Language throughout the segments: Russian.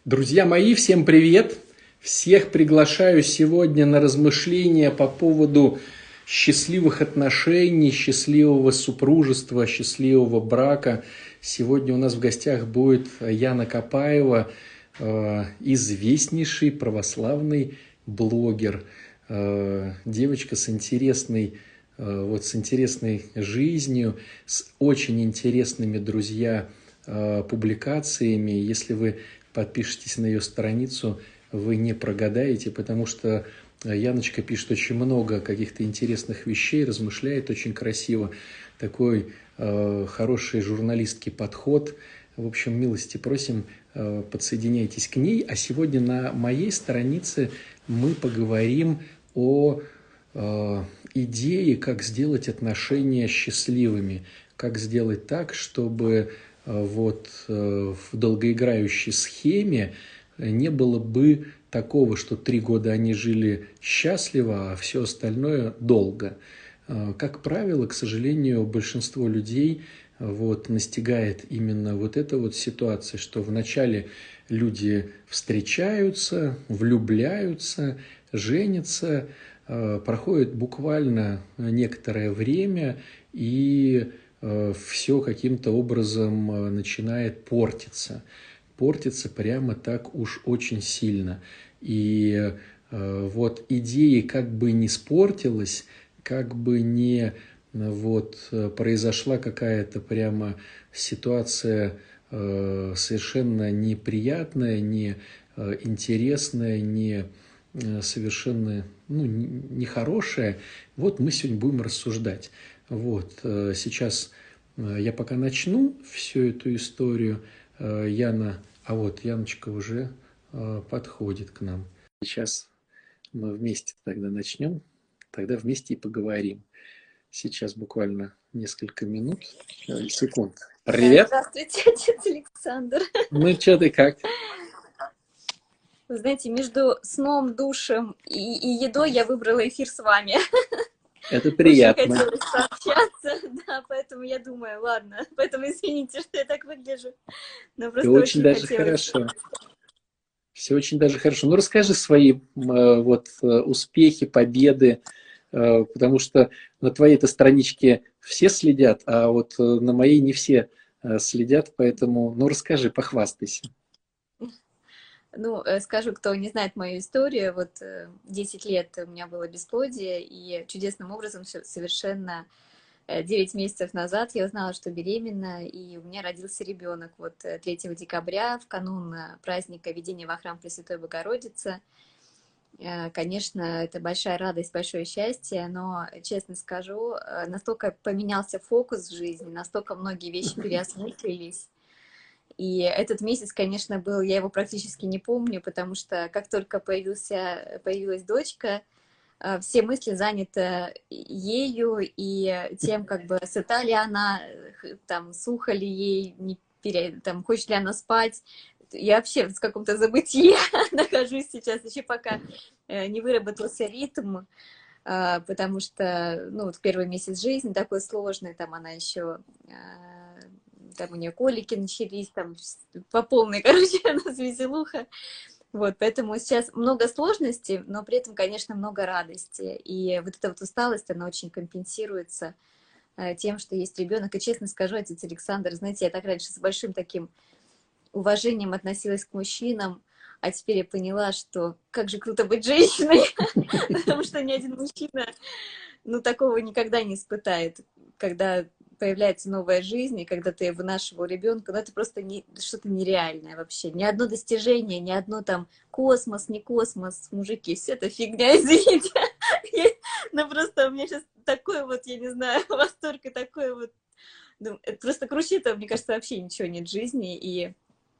Друзья мои, всем привет! Всех приглашаю сегодня на размышления по поводу счастливых отношений, счастливого супружества, счастливого брака. Сегодня у нас в гостях будет Яна Копаева, известнейший православный блогер, девочка с интересной с интересной жизнью, с очень интересными, друзья, публикациями. Если вы подпишитесь на ее страницу, вы не прогадаете, потому что Яночка пишет очень много каких-то интересных вещей, размышляет очень красиво. Такой хороший журналистский подход. В общем, милости просим, подсоединяйтесь к ней. А сегодня на моей странице мы поговорим о идее, как сделать отношения счастливыми, как сделать так, чтобы в долгоиграющей схеме не было бы такого, что 3 года они жили счастливо, а все остальное долго. Как правило, к сожалению, большинство людей настигает именно эта ситуация, что вначале люди встречаются, влюбляются, женятся, проходит буквально некоторое время, и все каким-то образом начинает портиться. Портится прямо так уж очень сильно. И идеи как бы не спортилась, как бы не произошла какая-то прямо ситуация совершенно неприятная, не интересная, не совершенно нехорошее. Мы сегодня будем рассуждать. Сейчас я пока начну всю эту историю. Яночка уже подходит к нам. Сейчас мы вместе тогда начнем, тогда вместе и поговорим. Сейчас буквально несколько минут, секунд. Привет! Здравствуйте, отец Александр. Ну, что ты как? Вы знаете, между сном, душем и едой я выбрала эфир с вами. Это приятно. Очень хотелось пообщаться, да, поэтому я думаю, ладно, поэтому извините, что я так выгляжу. Но просто очень даже хотелось. Хорошо. Все очень даже хорошо. Ну, расскажи свои успехи, победы, потому что на твоей-то страничке все следят, а на моей не все следят, поэтому, расскажи, похвастайся. Скажу, кто не знает мою историю, 10 лет у меня было бесплодие, и чудесным образом совершенно 9 месяцев назад я узнала, что беременна, и у меня родился ребенок 3 декабря, в канун праздника Введения во храм Пресвятой Богородицы. Конечно, это большая радость, большое счастье, но, честно скажу, настолько поменялся фокус в жизни, настолько многие вещи переосмыслились. И этот месяц, конечно, был, я его практически не помню, потому что как только появилась дочка, все мысли заняты ею и тем, сыта ли она, сухо ли ей, хочет ли она спать. Я вообще в каком-то забытии нахожусь сейчас, еще пока не выработался ритм, потому что, в первый месяц жизни такой сложный, она еще... у нее колики начались, по полной, она веселуха. Поэтому сейчас много сложностей, но при этом, конечно, много радости. И эта усталость, она очень компенсируется тем, что есть ребенок. И честно скажу, отец Александр, знаете, я так раньше с большим таким уважением относилась к мужчинам, а теперь я поняла, что как же круто быть женщиной, потому что ни один мужчина, такого никогда не испытает, когда появляется новая жизнь, и когда ты вынашивал ребенка, это просто что-то нереальное вообще. Ни одно достижение, ни одно космос, не космос, мужики, все это фигня, извините. Просто у меня сейчас такой я не знаю, восторг и такой это просто круче этого, мне кажется, вообще ничего нет в жизни, и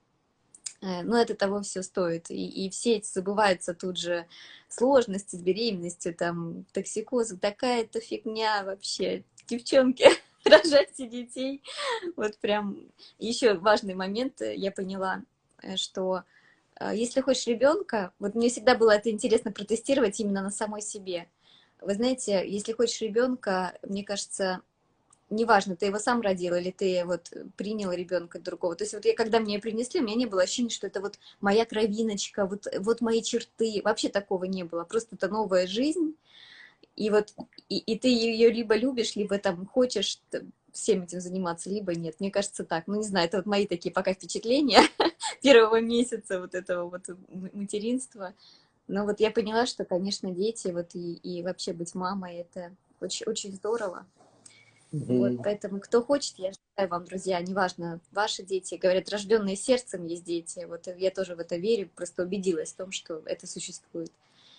это того все стоит. И все эти забываются тут же сложности с беременностью, токсикоз, такая-то фигня вообще. Девчонки, рожайте детей. Прям еще важный момент, я поняла, что если хочешь ребенка, мне всегда было это интересно протестировать именно на самой себе. Вы знаете, если хочешь ребенка, мне кажется, неважно, ты его сам родил или ты вот принял ребенка другого. То есть вот я, когда мне ее принесли, у меня не было ощущения, что это вот моя кровиночка, вот мои черты. Вообще такого не было. Просто это новая жизнь. И вот и ты ее либо любишь, либо там хочешь всем этим заниматься, либо нет. Мне кажется так. Ну, не знаю, это вот мои такие пока впечатления первого месяца вот этого вот материнства. Но вот я поняла, что, конечно, дети вот и вообще быть мамой, это очень, очень здорово. Вот, поэтому кто хочет, я желаю вам, друзья, неважно, ваши дети, говорят, рожденные сердцем есть дети. Вот я тоже в это верю, просто убедилась в том, что это существует.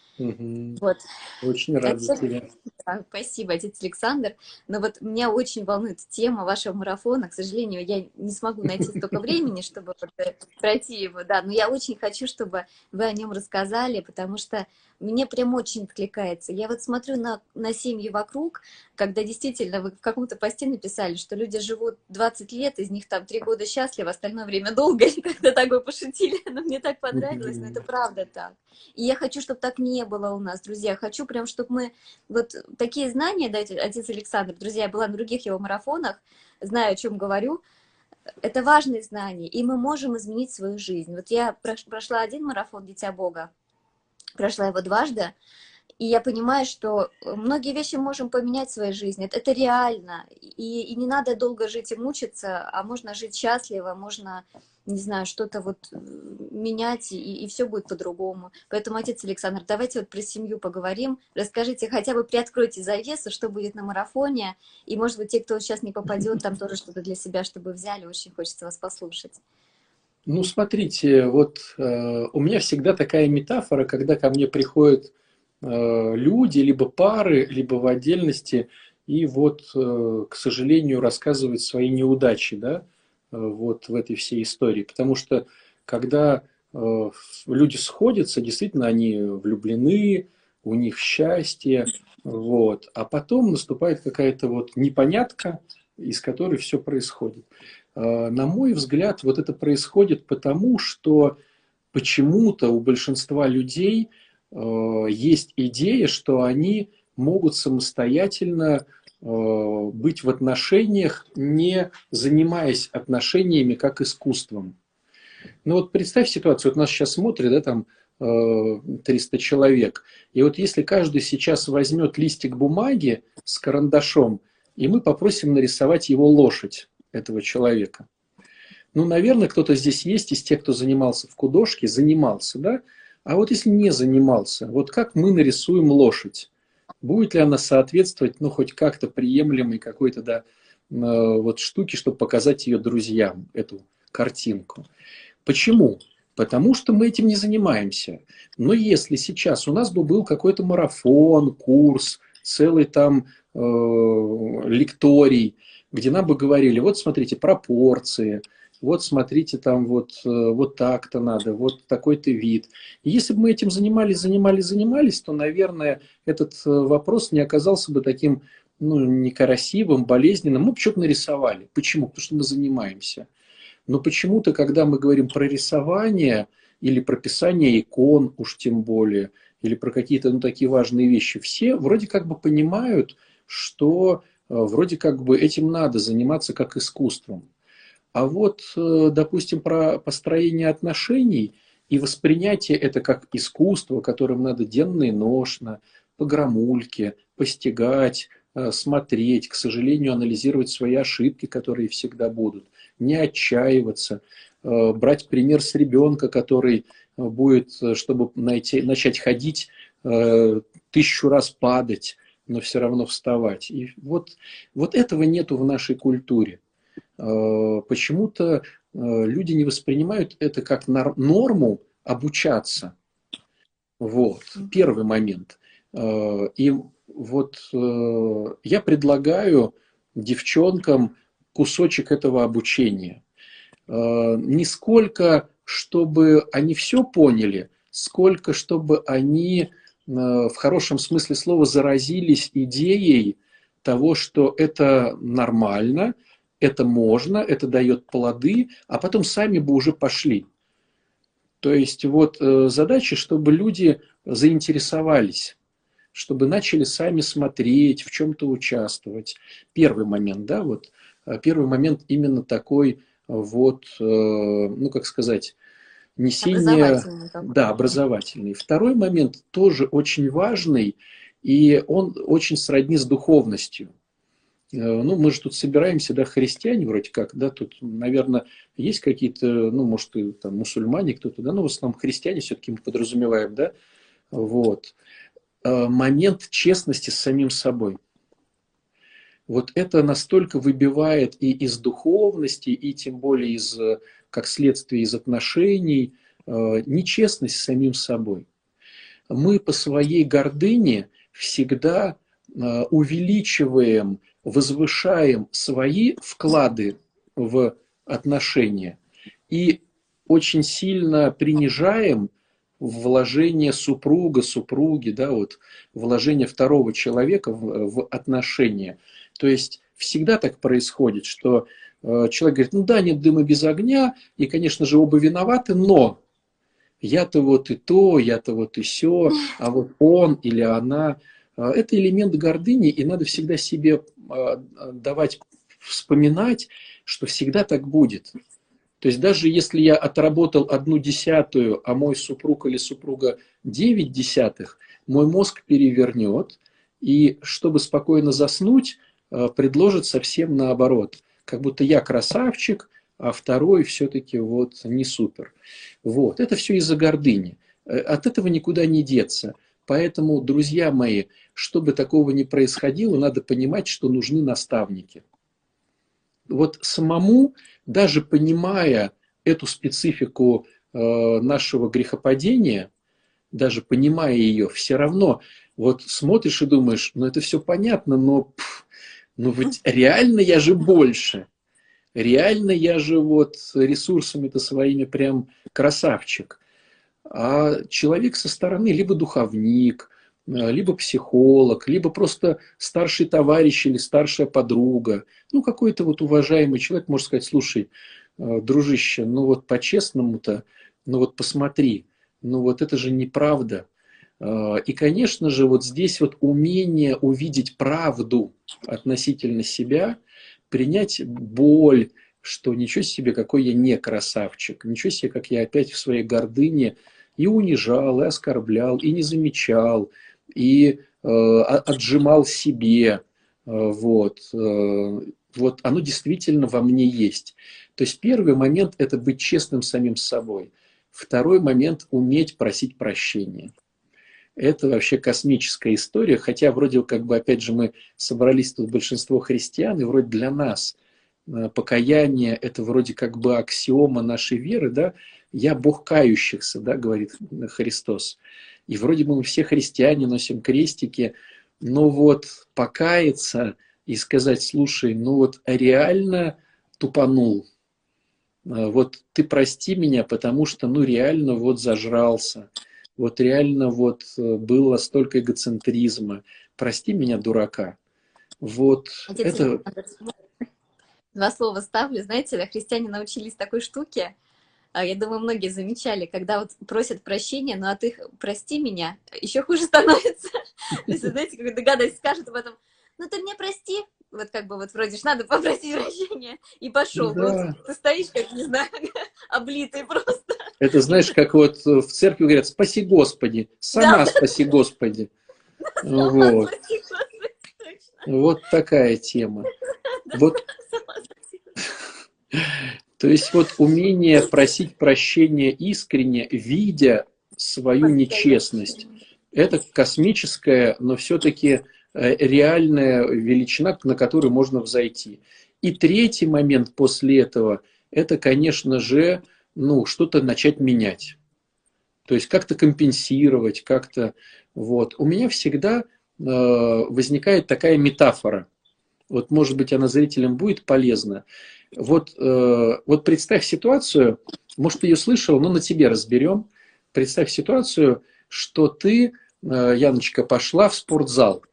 Вот. Очень рад за тебя. Да, спасибо, отец Александр. Но вот меня очень волнует тема вашего марафона. К сожалению, я не смогу найти столько времени, чтобы пройти его, да. Но я очень хочу, чтобы вы о нем рассказали, потому что мне прям очень откликается. Я вот смотрю на семьи вокруг, когда действительно вы в каком-то посте написали, что люди живут 20 лет, из них там 3 года счастливы, остальное время долго, и когда такое пошутили, но мне так понравилось, но это правда так. И я хочу, чтобы так не было у нас, друзья. Хочу прям, чтобы мы вот такие знания, да, отец Александр, друзья, я была на других его марафонах, знаю, о чем говорю. Это важные знания, и мы можем изменить свою жизнь. Вот я прошла один марафон «Дитя Бога», прошла его дважды, и я понимаю, что многие вещи можем поменять в своей жизни. Это реально. И не надо долго жить и мучиться, а можно жить счастливо, можно, не знаю, что-то вот менять, и все будет по-другому. Поэтому, отец Александр, давайте вот про семью поговорим. Расскажите, хотя бы приоткройте завесу, что будет на марафоне. И, может быть, те, кто сейчас не попадет, там тоже что-то для себя, чтобы взяли. Очень хочется вас послушать. Ну, смотрите, вот у меня всегда такая метафора, когда ко мне приходят люди, либо пары, либо в отдельности, и вот, к сожалению, рассказывают свои неудачи, да, вот в этой всей истории. Потому что, когда люди сходятся, действительно, они влюблены, у них счастье, вот, а потом наступает какая-то вот непонятка, из которой все происходит. На мой взгляд, вот это происходит потому, что почему-то у большинства людей есть идея, что они могут самостоятельно быть в отношениях, не занимаясь отношениями как искусством. Ну вот представь ситуацию, вот нас сейчас смотрит, да, там 300 человек, и вот если каждый сейчас возьмет листик бумаги с карандашом, и мы попросим нарисовать его лошадь, этого человека. Ну, наверное, кто-то здесь есть из тех, кто занимался в художке, занимался, да? А вот если не занимался, вот как мы нарисуем лошадь? Будет ли она соответствовать, ну, хоть как-то приемлемой какой-то, да, вот штуке, чтобы показать ее друзьям, эту картинку? Почему? Потому что мы этим не занимаемся. Но если сейчас у нас бы был какой-то марафон, курс, целый там лекторий, где нам бы говорили, вот смотрите, пропорции, вот смотрите, там вот так-то надо, вот такой-то вид. И если бы мы этим занимались, то, наверное, этот вопрос не оказался бы таким, ну, некрасивым, болезненным. Мы бы что-то нарисовали. Почему? Потому что мы занимаемся. Но почему-то, когда мы говорим про рисование или про писание икон, уж тем более, или про какие-то, ну, такие важные вещи, все вроде как бы понимают, что вроде как бы этим надо заниматься как искусством. А вот, допустим, про построение отношений и воспринятие это как искусство, которым надо денно и ношно, по грамульке, постигать, смотреть, к сожалению, анализировать свои ошибки, которые всегда будут, не отчаиваться, брать пример с ребенка, который будет, чтобы начать ходить, 1000 раз падать, но все равно вставать. И вот этого нету в нашей культуре. Почему-то люди не воспринимают это как норму обучаться. Вот, первый момент. И вот я предлагаю девчонкам кусочек этого обучения. Не сколько, чтобы они все поняли, сколько, чтобы они в хорошем смысле слова заразились идеей того, что это нормально, это можно, это дает плоды, а потом сами бы уже пошли. То есть вот задача, чтобы люди заинтересовались. чтобы начали сами смотреть, в чем-то участвовать. Первый момент, да, вот первый момент именно такой вот, ну, как сказать, несение, Образовательный да, какой-то. образовательный. Второй момент тоже очень важный, и он очень сродни с духовностью. Ну, мы же тут собираемся, да, христиане вроде как, да, тут, наверное, есть какие-то, ну, может, и там мусульмане кто-то, да, но в основном христиане все-таки мы подразумеваем, да, вот. Момент честности с самим собой. Вот это настолько выбивает и из духовности, и тем более из, как следствие из отношений, нечестность с самим собой. Мы по своей гордыне всегда увеличиваем, возвышаем свои вклады в отношения и очень сильно принижаем вложение супруга, супруги, да, вот, вложение второго человека в отношения. То есть всегда так происходит, что человек говорит, ну да, нет дыма без огня, и, конечно же, оба виноваты, но я-то вот и то, я-то вот и сё, а вот он или она. Это элемент гордыни, и надо всегда себе давать вспоминать, что всегда так будет. То есть даже если я отработал 1/10, а мой супруг или супруга 9/10, мой мозг перевернет, и чтобы спокойно заснуть, предложит совсем наоборот. Как будто я красавчик, а второй все-таки вот не супер. Вот. Это все из-за гордыни. От этого никуда не деться. Поэтому, друзья мои, чтобы такого не происходило, надо понимать, что нужны наставники. Вот самому, даже понимая эту специфику нашего грехопадения, даже понимая ее, все равно вот смотришь и думаешь, ну это все понятно, но ну ведь реально я же больше. Реально я же вот ресурсами-то своими прям красавчик. А человек со стороны либо духовник, либо психолог, либо просто старший товарищ или старшая подруга. Ну, какой-то вот уважаемый человек может сказать, слушай, дружище, ну вот по-честному-то, ну вот посмотри, ну вот это же неправда. И, конечно же, вот здесь вот умение увидеть правду относительно себя, принять боль, что ничего себе, какой я не красавчик, ничего себе, как я опять в своей гордыне и унижал, и оскорблял, и не замечал, и отжимал себе. Вот. Вот оно действительно во мне есть. То есть первый момент – это быть честным самим собой. Второй момент – уметь просить прощения. Это вообще космическая история, хотя вроде как бы, опять же, мы собрались тут большинство христиан, и вроде для нас покаяние – это вроде как бы аксиома нашей веры, да, я Бог кающихся, да, говорит Христос. И вроде бы мы все христиане, носим крестики, но вот покаяться и сказать, слушай, ну вот реально тупанул, вот ты прости меня, потому что, ну реально вот зажрался, вот реально вот было столько эгоцентризма, прости меня, дурака. Вот Отец это... Александр, два слова ставлю. Знаете, христиане научились такой штуке, я думаю, многие замечали, когда вот просят прощения, но от их «прости меня» еще хуже становится. То есть, знаете, как догадываясь, скажет потом, ну ты мне прости, вот как бы вот вроде ж надо попросить прощения, и пошел. Вот Да. ты стоишь, как, не знаю, облитый просто. Это знаешь, как вот в церкви говорят, спаси Господи, Да, сама спаси Господи. сама Вот. спаси, Господи, точно. Вот такая тема. Да, Вот, сама спаси. то есть вот умение просить прощения искренне, видя свою нечестность, это космическая, но все-таки реальная величина, на которую можно взойти. И третий момент после этого, это, конечно же, ну, что-то начать менять. То есть как-то компенсировать, как-то вот. У меня всегда возникает такая метафора. Вот, может быть, она зрителям будет полезна. Вот, вот представь ситуацию, может, ты ее слышал, но на тебе разберем. Представь ситуацию, что ты, Яночка, пошла в спортзал.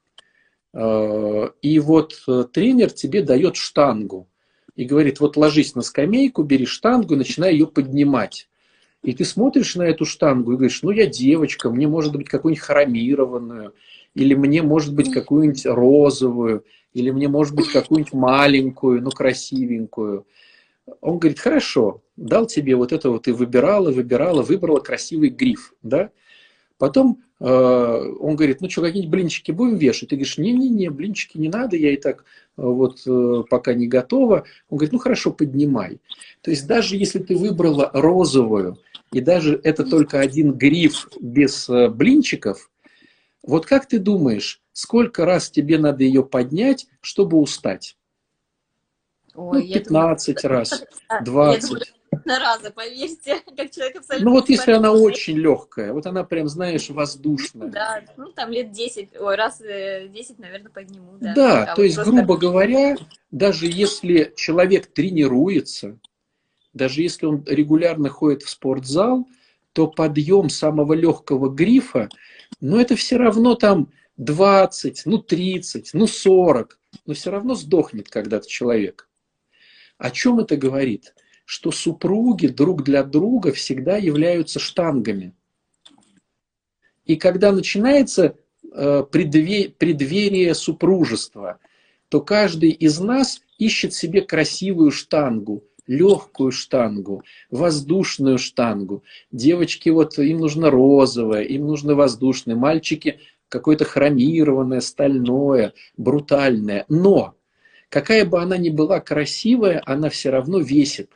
И вот тренер тебе дает штангу. И говорит, вот ложись на скамейку, бери штангу и начинай ее поднимать. И ты смотришь на эту штангу и говоришь, ну я девочка, мне может быть какую-нибудь хромированную, или мне может быть какую-нибудь розовую, или мне может быть какую-нибудь маленькую, ну красивенькую. Он говорит, хорошо, дал тебе вот это вот, ты выбирала, выбирала, выбрала красивый гриф, да? Потом он говорит, ну что, какие-нибудь блинчики будем вешать? Ты говоришь, не-не-не, блинчики не надо, я и так пока не готова. Он говорит, ну хорошо, поднимай. То есть даже если ты выбрала розовую, и даже это только один гриф без блинчиков, вот как ты думаешь, сколько раз тебе надо ее поднять, чтобы устать? Ну, Ой, я думаю, 15 раз, я думаю, 20. на раза, поверьте, как человек Ну абсолютно вот если она бесподвижный. очень легкая, вот она прям, знаешь, воздушная. Да, ну там лет 10, ой, раз 10, наверное, подниму, да. Да, А то вот есть, просто, грубо говоря, даже если человек тренируется, даже если он регулярно ходит в спортзал, то подъем самого легкого грифа, ну это все равно там 20, ну 30, ну 40, но все равно сдохнет когда-то человек. О чем это говорит? Что супруги друг для друга всегда являются штангами. И когда начинается преддверие супружества, то каждый из нас ищет себе красивую штангу, легкую штангу, воздушную штангу. Девочки, вот им нужно розовое, им нужно воздушное, мальчики какое-то хромированное, стальное, брутальное. Но какая бы она ни была красивая, она все равно весит.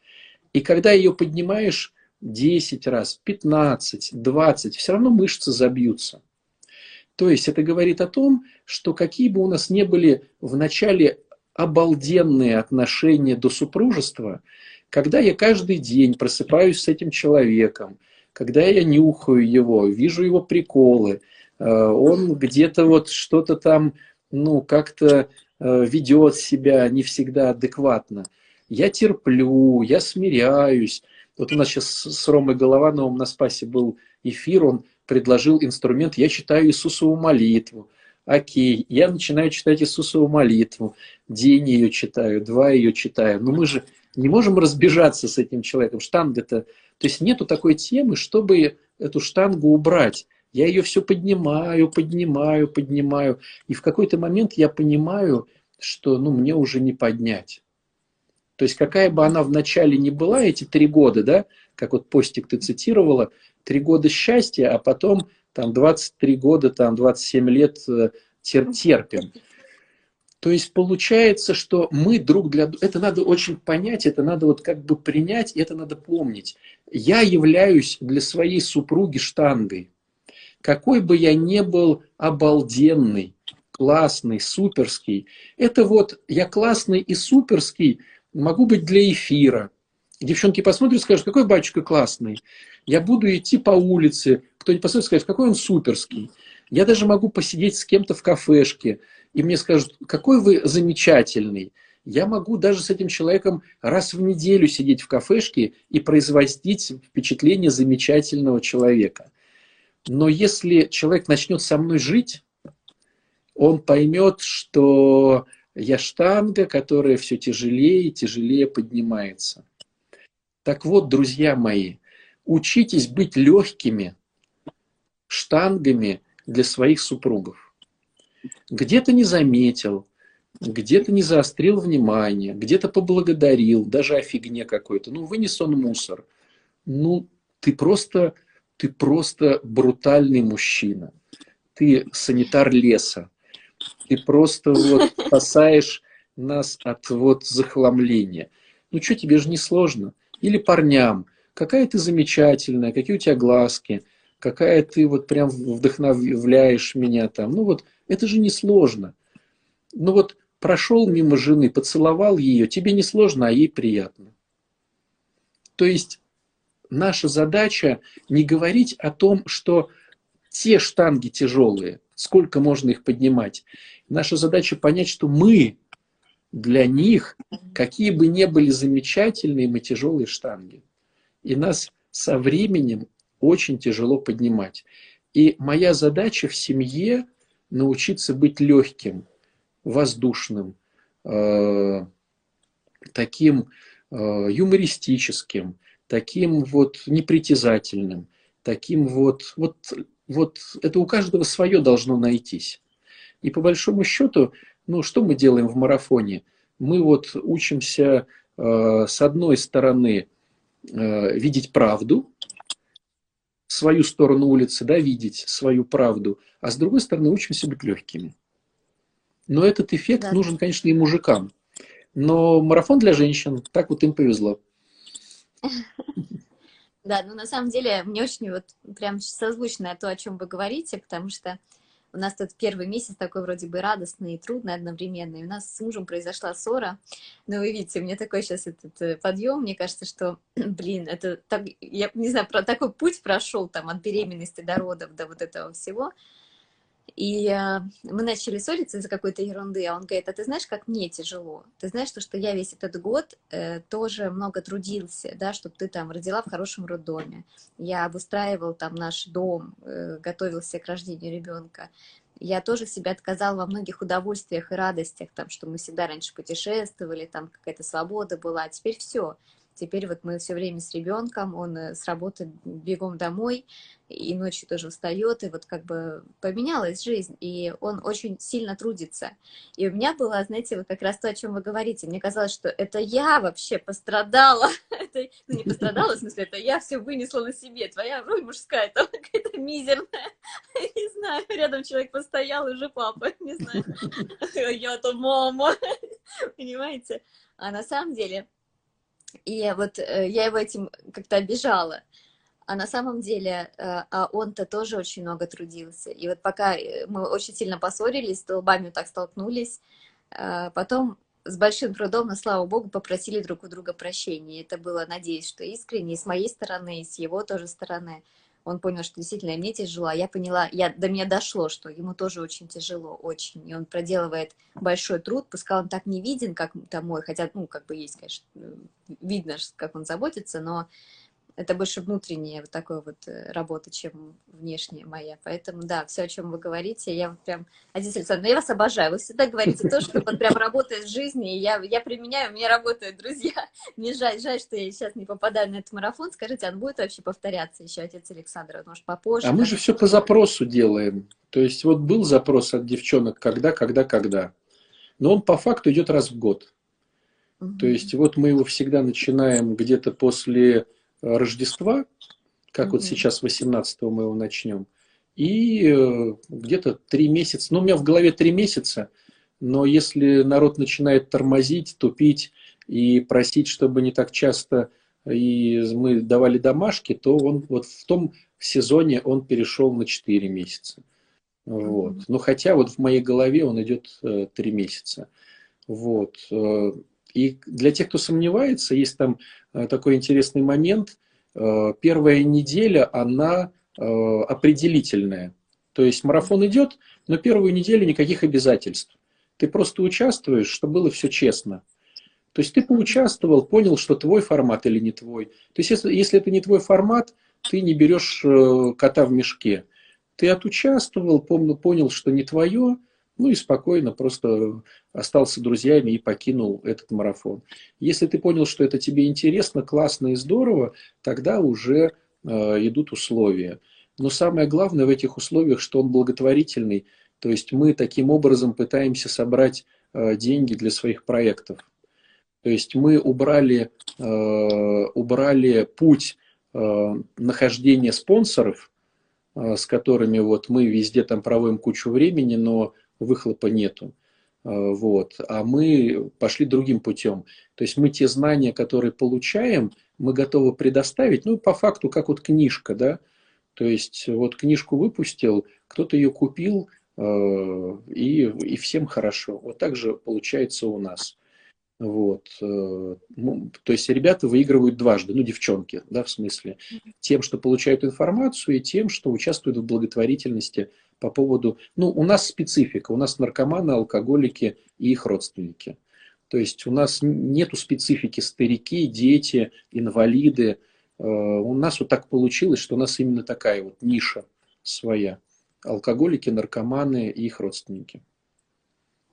И когда ее поднимаешь 10 раз, 15, 20, все равно мышцы забьются. То есть это говорит о том, что какие бы у нас ни были в начале обалденные отношения до супружества, когда я каждый день просыпаюсь с этим человеком, когда я нюхаю его, вижу его приколы, он где-то вот что-то там, ну, как-то ведет себя не всегда адекватно. Я терплю, я смиряюсь. Вот у нас сейчас с Ромой Головановым на Спасе был эфир, он предложил инструмент, я читаю Иисусову молитву. Окей, я начинаю читать Иисусову молитву, день ее читаю, два ее читаю. Но мы же не можем разбежаться с этим человеком. Штанга-то, то есть нету такой темы, чтобы эту штангу убрать. Я ее все поднимаю, поднимаю, поднимаю. И в какой-то момент я понимаю, что ну, мне уже не поднять. То есть какая бы она в начале ни была, эти 3 года, да, как вот постик ты цитировала, 3 года счастья, а потом там 23 года, там 27 лет терпим. То есть получается, что мы друг для друга, это надо очень понять, это надо вот как бы принять, это надо помнить. Я являюсь для своей супруги штангой. Какой бы я ни был обалденный, классный, суперский, это вот я классный и суперский могу быть для эфира. Девчонки посмотрят и скажут, какой батюшка классный. Я буду идти по улице, кто-нибудь посмотрит и скажет, какой он суперский. Я даже могу посидеть с кем-то в кафешке, и мне скажут, какой вы замечательный. Я могу даже с этим человеком раз в неделю сидеть в кафешке и производить впечатление замечательного человека. Но если человек начнет со мной жить, он поймет, что я штанга, которая все тяжелее и тяжелее поднимается. Так вот, друзья мои, учитесь быть легкими штангами для своих супругов. Где-то не заметил, где-то не заострил внимание, где-то поблагодарил, даже о фигне какой-то. Ну, вынес он мусор. Ну, ты просто брутальный мужчина. Ты санитар леса. Ты просто вот спасаешь нас от вот захламления. Ну что, тебе же не сложно? Или парням. Какая ты замечательная, какие у тебя глазки, какая ты вот прям вдохновляешь меня там. Ну вот, это же не сложно. Ну вот, прошел мимо жены, поцеловал ее, тебе не сложно, а ей приятно. То есть, наша задача не говорить о том, что те штанги тяжелые, сколько можно их поднимать. Наша задача понять, что мы для них, какие бы ни были замечательные мы тяжелые штанги. И нас со временем очень тяжело поднимать. И моя задача в семье научиться быть легким, воздушным, таким юмористическим, таким вот непритязательным, таким вот это у каждого свое должно найтись. И по большому счету, ну, что мы делаем в марафоне? Мы вот учимся, с одной стороны, видеть правду, свою сторону улицы, да, видеть свою правду, а с другой стороны учимся быть легкими. Но этот эффект Да, нужен, конечно, и мужикам. Но марафон для женщин, так вот им повезло. да, ну на самом деле мне очень вот прям созвучно то, о чем вы говорите, потому что у нас тут первый месяц такой вроде бы радостный и трудный одновременно. И у нас с мужем произошла ссора. Но вы видите, у меня такой сейчас этот подъем. Мне кажется, что, блин, это так, я не знаю, про такой путь прошел там от беременности до родов, до вот этого всего. И мы начали ссориться из-за какой-то ерунды, а он говорит, а ты знаешь, как мне тяжело? Ты знаешь, что я весь этот год тоже много трудился, да, чтобы ты там родила в хорошем роддоме. Я обустраивал там наш дом, готовился к рождению ребенка. Я тоже себе отказал во многих удовольствиях и радостях, там, что мы всегда раньше путешествовали, там какая-то свобода была, а теперь все. Теперь вот мы все время с ребенком, он с работы бегом домой, и ночью тоже устает, и вот как бы поменялась жизнь, и он очень сильно трудится. И у меня было, знаете, вот как раз то, о чем вы говорите. Мне казалось, что это я вообще пострадала. Это, ну, не пострадала, в смысле, это я все вынесла на себе. Твоя роль мужская там какая-то мизерная. Не знаю, рядом человек постоял, уже папа, не знаю. Я-то мама, понимаете? А на самом деле, и вот я его этим как-то обижала. А на самом деле, а он-то тоже очень много трудился. И вот пока мы очень сильно поссорились, столбами вот так столкнулись, потом с большим трудом, но слава богу, попросили друг у друга прощения. И это было, надеюсь, что искренне, и с моей стороны, и с его тоже стороны. Он понял, что действительно мне тяжело, а я поняла, до меня дошло, что ему тоже очень тяжело, очень. И он проделывает большой труд, пускай он так не виден, как там мой, хотя, ну, как бы есть, конечно, видно, как он заботится, но это больше внутренняя вот такая вот работа, чем внешняя моя. Поэтому, да, все, о чем вы говорите, я вот прям... Адис Александровна, я вас обожаю. Вы всегда говорите то, что вот прям работает в жизни, и я применяю, у меня работают друзья. Мне жаль, что я сейчас не попадаю на этот марафон. Скажите, он будет вообще повторяться еще, отец Александр? Может, А попозже? мы же все по запросу делаем. То есть вот был запрос от девчонок когда. Но он по факту идет раз в год. То есть вот мы его всегда начинаем где-то после Рождества, как вот сейчас 18-го мы его начнем. И где-то 3 месяца, ну у меня в голове 3 месяца, но если народ начинает тормозить, тупить и просить, чтобы не так часто и мы давали домашки, то он вот в том сезоне он перешел на 4 месяца. Вот. Но хотя вот в моей голове он идет 3 месяца. Вот. И для тех, кто сомневается, есть там такой интересный момент. Первая неделя, она определительная. То есть марафон идет, но первую неделю никаких обязательств. Ты просто участвуешь, чтобы было все честно. То есть ты поучаствовал, понял, что твой формат или не твой. То есть если это не твой формат, ты не берешь кота в мешке. Ты отучаствовал, понял, что не твое, ну и спокойно просто остался друзьями и покинул этот марафон. Если ты понял, что это тебе интересно, классно и здорово, тогда уже идут условия. Но самое главное в этих условиях, что он благотворительный. То есть мы таким образом пытаемся собрать деньги для своих проектов. То есть мы убрали путь нахождения спонсоров, с которыми вот мы везде там проводим кучу времени, но выхлопа нету. Вот. А мы пошли другим путем. То есть мы те знания, которые получаем, мы готовы предоставить, ну, по факту, как вот книжка, да. То есть вот книжку выпустил, кто-то ее купил, и всем хорошо. Вот так же получается у нас. Вот. Ну, то есть ребята выигрывают дважды, ну, девчонки, да, в смысле, тем, что получают информацию, и тем, что участвуют в благотворительности по поводу... Ну, у нас специфика, у нас наркоманы, алкоголики и их родственники. То есть у нас нету специфики старики, дети, инвалиды. У нас вот так получилось, что у нас именно такая вот ниша своя. Алкоголики, наркоманы и их родственники.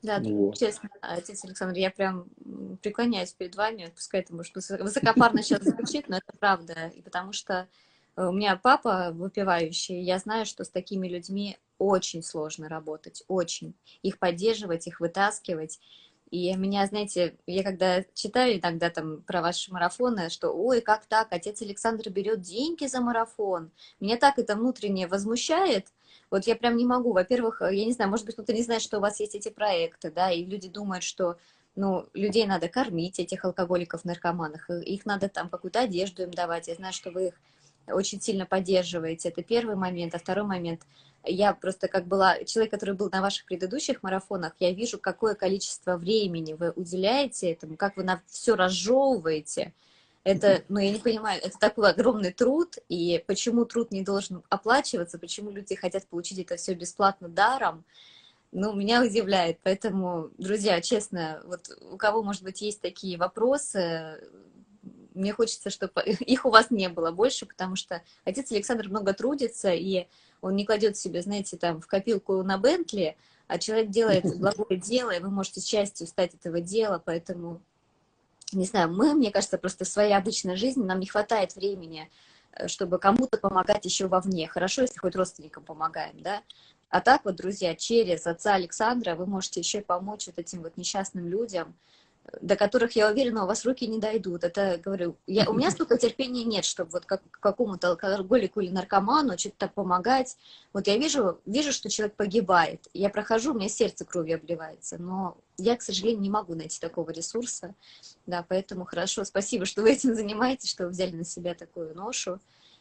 Да, Вот. честно, отец Александр, я прям преклоняюсь перед вами, пускай это, может, высокопарно сейчас звучит, но это правда, и потому что у меня папа выпивающий, и я знаю, что с такими людьми очень сложно работать, очень. Их поддерживать, их вытаскивать. И меня, знаете, я когда читаю иногда там про ваши марафоны, что, ой, как так, отец Александр берет деньги за марафон, меня так это внутренне возмущает. Вот я прям не могу. Во-первых, я не знаю, может быть, кто-то не знает, что у вас есть эти проекты, да, и люди думают, что, ну, людей надо кормить, этих алкоголиков, наркоманов, их надо там какую-то одежду им давать. Я знаю, что вы их очень сильно поддерживаете. Это первый момент. А второй момент, я просто как была человек, который был на ваших предыдущих марафонах, я вижу, какое количество времени вы уделяете этому, как вы на все разжевываете. Это, ну, я не понимаю, это такой огромный труд, и почему труд не должен оплачиваться, почему люди хотят получить это все бесплатно даром, ну, меня удивляет. Поэтому, друзья, честно, вот у кого, может быть, есть такие вопросы, мне хочется, чтобы их у вас не было больше, потому что отец Александр много трудится, и он не кладет себе, знаете, там в копилку на Бентли, а человек делает благое дело, и вы можете частью стать этого дела, поэтому, не знаю, мы, мне кажется, просто в своей обычной жизни нам не хватает времени, чтобы кому-то помогать еще вовне. Хорошо, если хоть родственникам помогаем, да? А так вот, друзья, через отца Александра вы можете еще и помочь вот этим вот несчастным людям, до которых, я уверена, у вас руки не дойдут. Это, говорю, у меня столько терпения нет, чтобы вот как какому-то алкоголику или наркоману что-то так помогать. Вот я вижу, что человек погибает. Я прохожу, у меня сердце кровью обливается. Но я, к сожалению, не могу найти такого ресурса. Да, поэтому хорошо, спасибо, что вы этим занимаетесь, что вы взяли на себя такую ношу.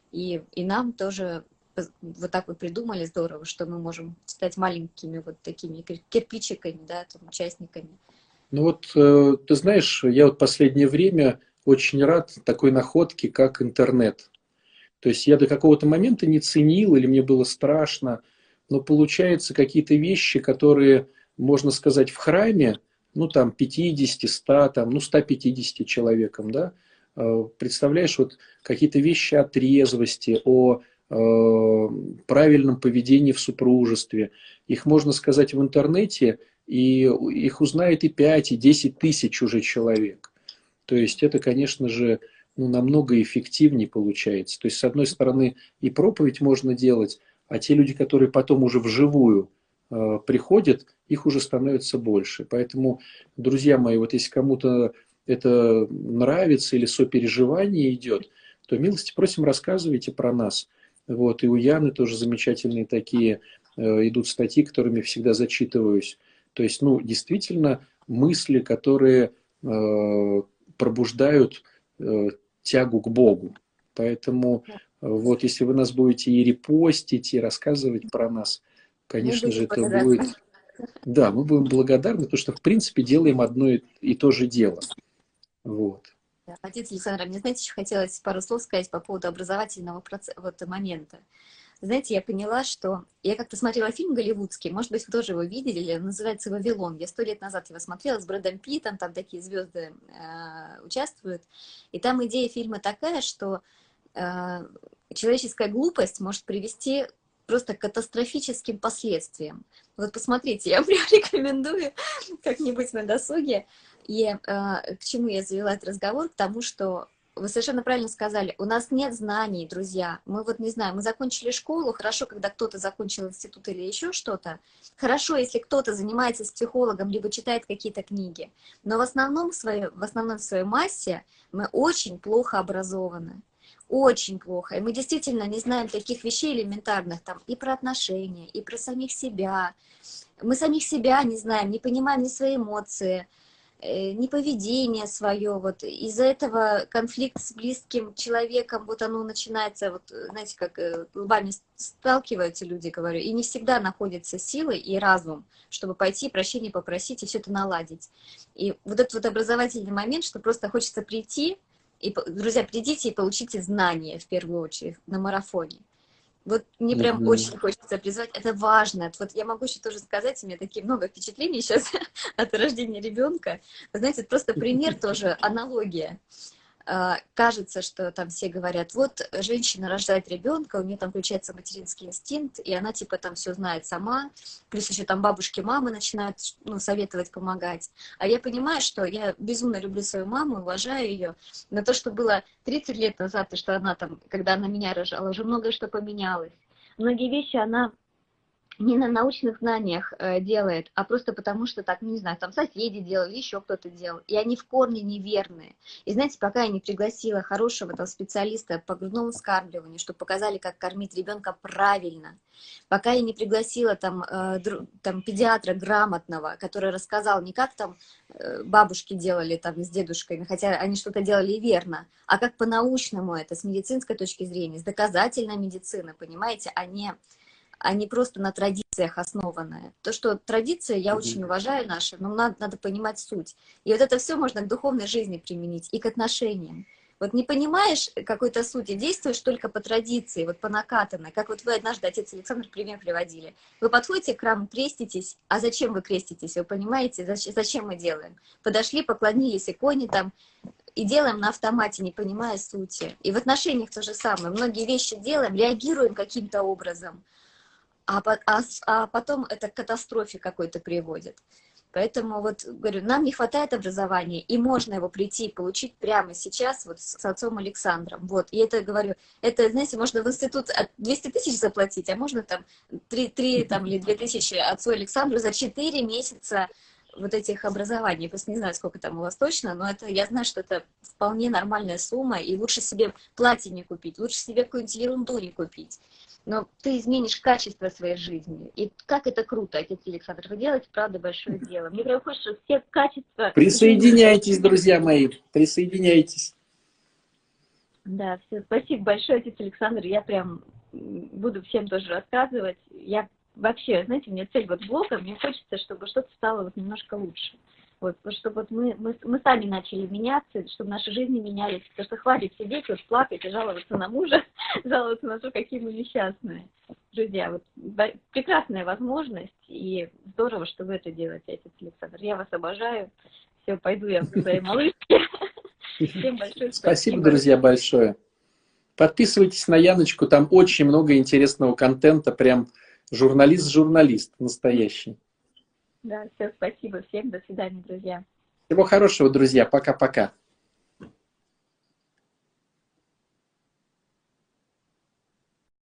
И нам тоже вот так вот придумали здорово, что мы можем стать маленькими вот такими кирпичиками, да, там, участниками. Ну вот, ты знаешь, я вот последнее время очень рад такой находке, как интернет. То есть я до какого-то момента не ценил или мне было страшно, но получается какие-то вещи, которые, можно сказать, в храме, ну там 50, 100, там, ну 150 человеком, да, представляешь, вот какие-то вещи о трезвости, о правильном поведении в супружестве, их можно сказать в интернете, и их узнает и 5, и 10 тысяч уже человек. То есть это, конечно же, ну, намного эффективнее получается. То есть, с одной стороны, и проповедь можно делать, а те люди, которые потом уже вживую приходят, их уже становится больше. Поэтому, друзья мои, вот если кому-то это нравится или сопереживание идет, то милости просим, рассказывайте про нас. Вот, и у Яны тоже замечательные такие идут статьи, которыми всегда зачитываюсь. То есть, ну, действительно, мысли, которые пробуждают тягу к Богу. Поэтому вот если вы нас будете и репостить, и рассказывать про нас, Мы конечно же, будем это благодарны. будет... Да, мы будем благодарны, потому что, в принципе, делаем одно и то же дело. Вот. Да. Отец Александр, мне, знаете, еще хотелось пару слов сказать по поводу образовательного вот, момента. Знаете, я поняла, что... Я как-то смотрела фильм голливудский, может быть, вы тоже его видели, называется «Вавилон». Я 100 лет назад его смотрела с Брэдом Питтом, там такие звезды участвуют. И там идея фильма такая, что человеческая глупость может привести просто к катастрофическим последствиям. Вот посмотрите, я прям рекомендую как-нибудь на досуге. И к чему я завела этот разговор? К тому, что вы совершенно правильно сказали, у нас нет знаний, друзья. Мы вот не знаем, мы закончили школу, хорошо, когда кто-то закончил институт или еще что-то. Хорошо, если кто-то занимается с психологом, либо читает какие-то книги. Но в основной своей массе мы очень плохо образованы. Очень плохо. И мы действительно не знаем таких вещей элементарных, там, и про отношения, и про самих себя. Мы самих себя не знаем, не понимаем ни свои эмоции, ни поведение свое. Вот. Из-за этого конфликт с близким человеком, вот оно начинается, вот, знаете, как лбами сталкиваются люди, говорю, и не всегда находятся силы и разум, чтобы пойти прощения попросить и все это наладить. И вот этот вот образовательный момент, что просто хочется прийти, и, друзья, придите и получите знания, в первую очередь, на марафоне. Вот мне прям Мгм. очень хочется призвать, это важно. Вот я могу еще тоже сказать, у меня такие много впечатлений сейчас от рождения ребенка. Вы знаете, это просто пример тоже, аналогия. кажется, что там все говорят, вот женщина рождает ребенка, у нее там включается материнский инстинкт, и она типа там все знает сама, плюс еще там бабушки, мамы начинают, ну, советовать, помогать. А я понимаю, что я безумно люблю свою маму, уважаю ее, но то, что было 30 лет назад, и что она там, когда она меня рожала, уже многое что поменялось. Многие вещи она не на научных знаниях делает, а просто потому, что так, ну, не знаю, там соседи делали, еще кто-то делал, и они в корне неверные. И знаете, пока я не пригласила хорошего там специалиста по грудному вскармливанию, чтобы показали, как кормить ребенка правильно, пока я не пригласила там, там педиатра грамотного, который рассказал не как там бабушки делали там с дедушками, хотя они что-то делали и верно, а как по-научному это, с медицинской точки зрения, с доказательной медицины, понимаете, а не просто на традициях основанная. То, что традиция, я очень уважаю наши, но надо понимать суть. И вот это все можно к духовной жизни применить и к отношениям. Вот не понимаешь какой-то сути, действуешь только по традиции, вот по накатанной. Как вот вы однажды, отец Александр, пример приводили. Вы подходите к храму, креститесь, а зачем вы креститесь? Вы понимаете, зачем мы делаем? Подошли, поклонились иконе там, и делаем на автомате, не понимая сути. И в отношениях то же самое. Многие вещи делаем, реагируем каким-то образом, а потом это к катастрофе какой-то приводит. Поэтому вот, говорю, нам не хватает образования, и можно его прийти и получить прямо сейчас вот с отцом Александром. Вот, и это, говорю, это, знаете, можно в институт 200 тысяч заплатить, а можно там 3 там, или 2 тысячи отцу Александру за 4 месяца вот этих образований. Я просто не знаю, сколько там у вас точно, но это, я знаю, что это вполне нормальная сумма, и лучше себе платье не купить, лучше себе какую-нибудь ерунду не купить. Но ты изменишь качество своей жизни. И как это круто, отец Александр. Вы делаете, правда, большое дело. Мне прям хочется все качества... Присоединяйтесь, друзья мои, присоединяйтесь. Да, все. Спасибо большое, отец Александр. Я прям буду всем тоже рассказывать. Я вообще, знаете, у меня цель вот блога, мне хочется, чтобы что-то стало вот немножко лучше. Вот, чтобы вот мы сами начали меняться, чтобы наши жизни менялись. Потому что хватит сидеть, вот плакать и жаловаться на мужа, жаловаться на то, какие мы несчастные. Друзья, вот прекрасная возможность, и здорово, что вы это делаете, отец Александр. Я вас обожаю. Все, пойду я к своей малышке. Всем большое спасибо, друзья, большое. Подписывайтесь на Яночку, там очень много интересного контента, прям журналист настоящий. Да, все, спасибо всем, до свидания, друзья. Всего хорошего, друзья, пока-пока.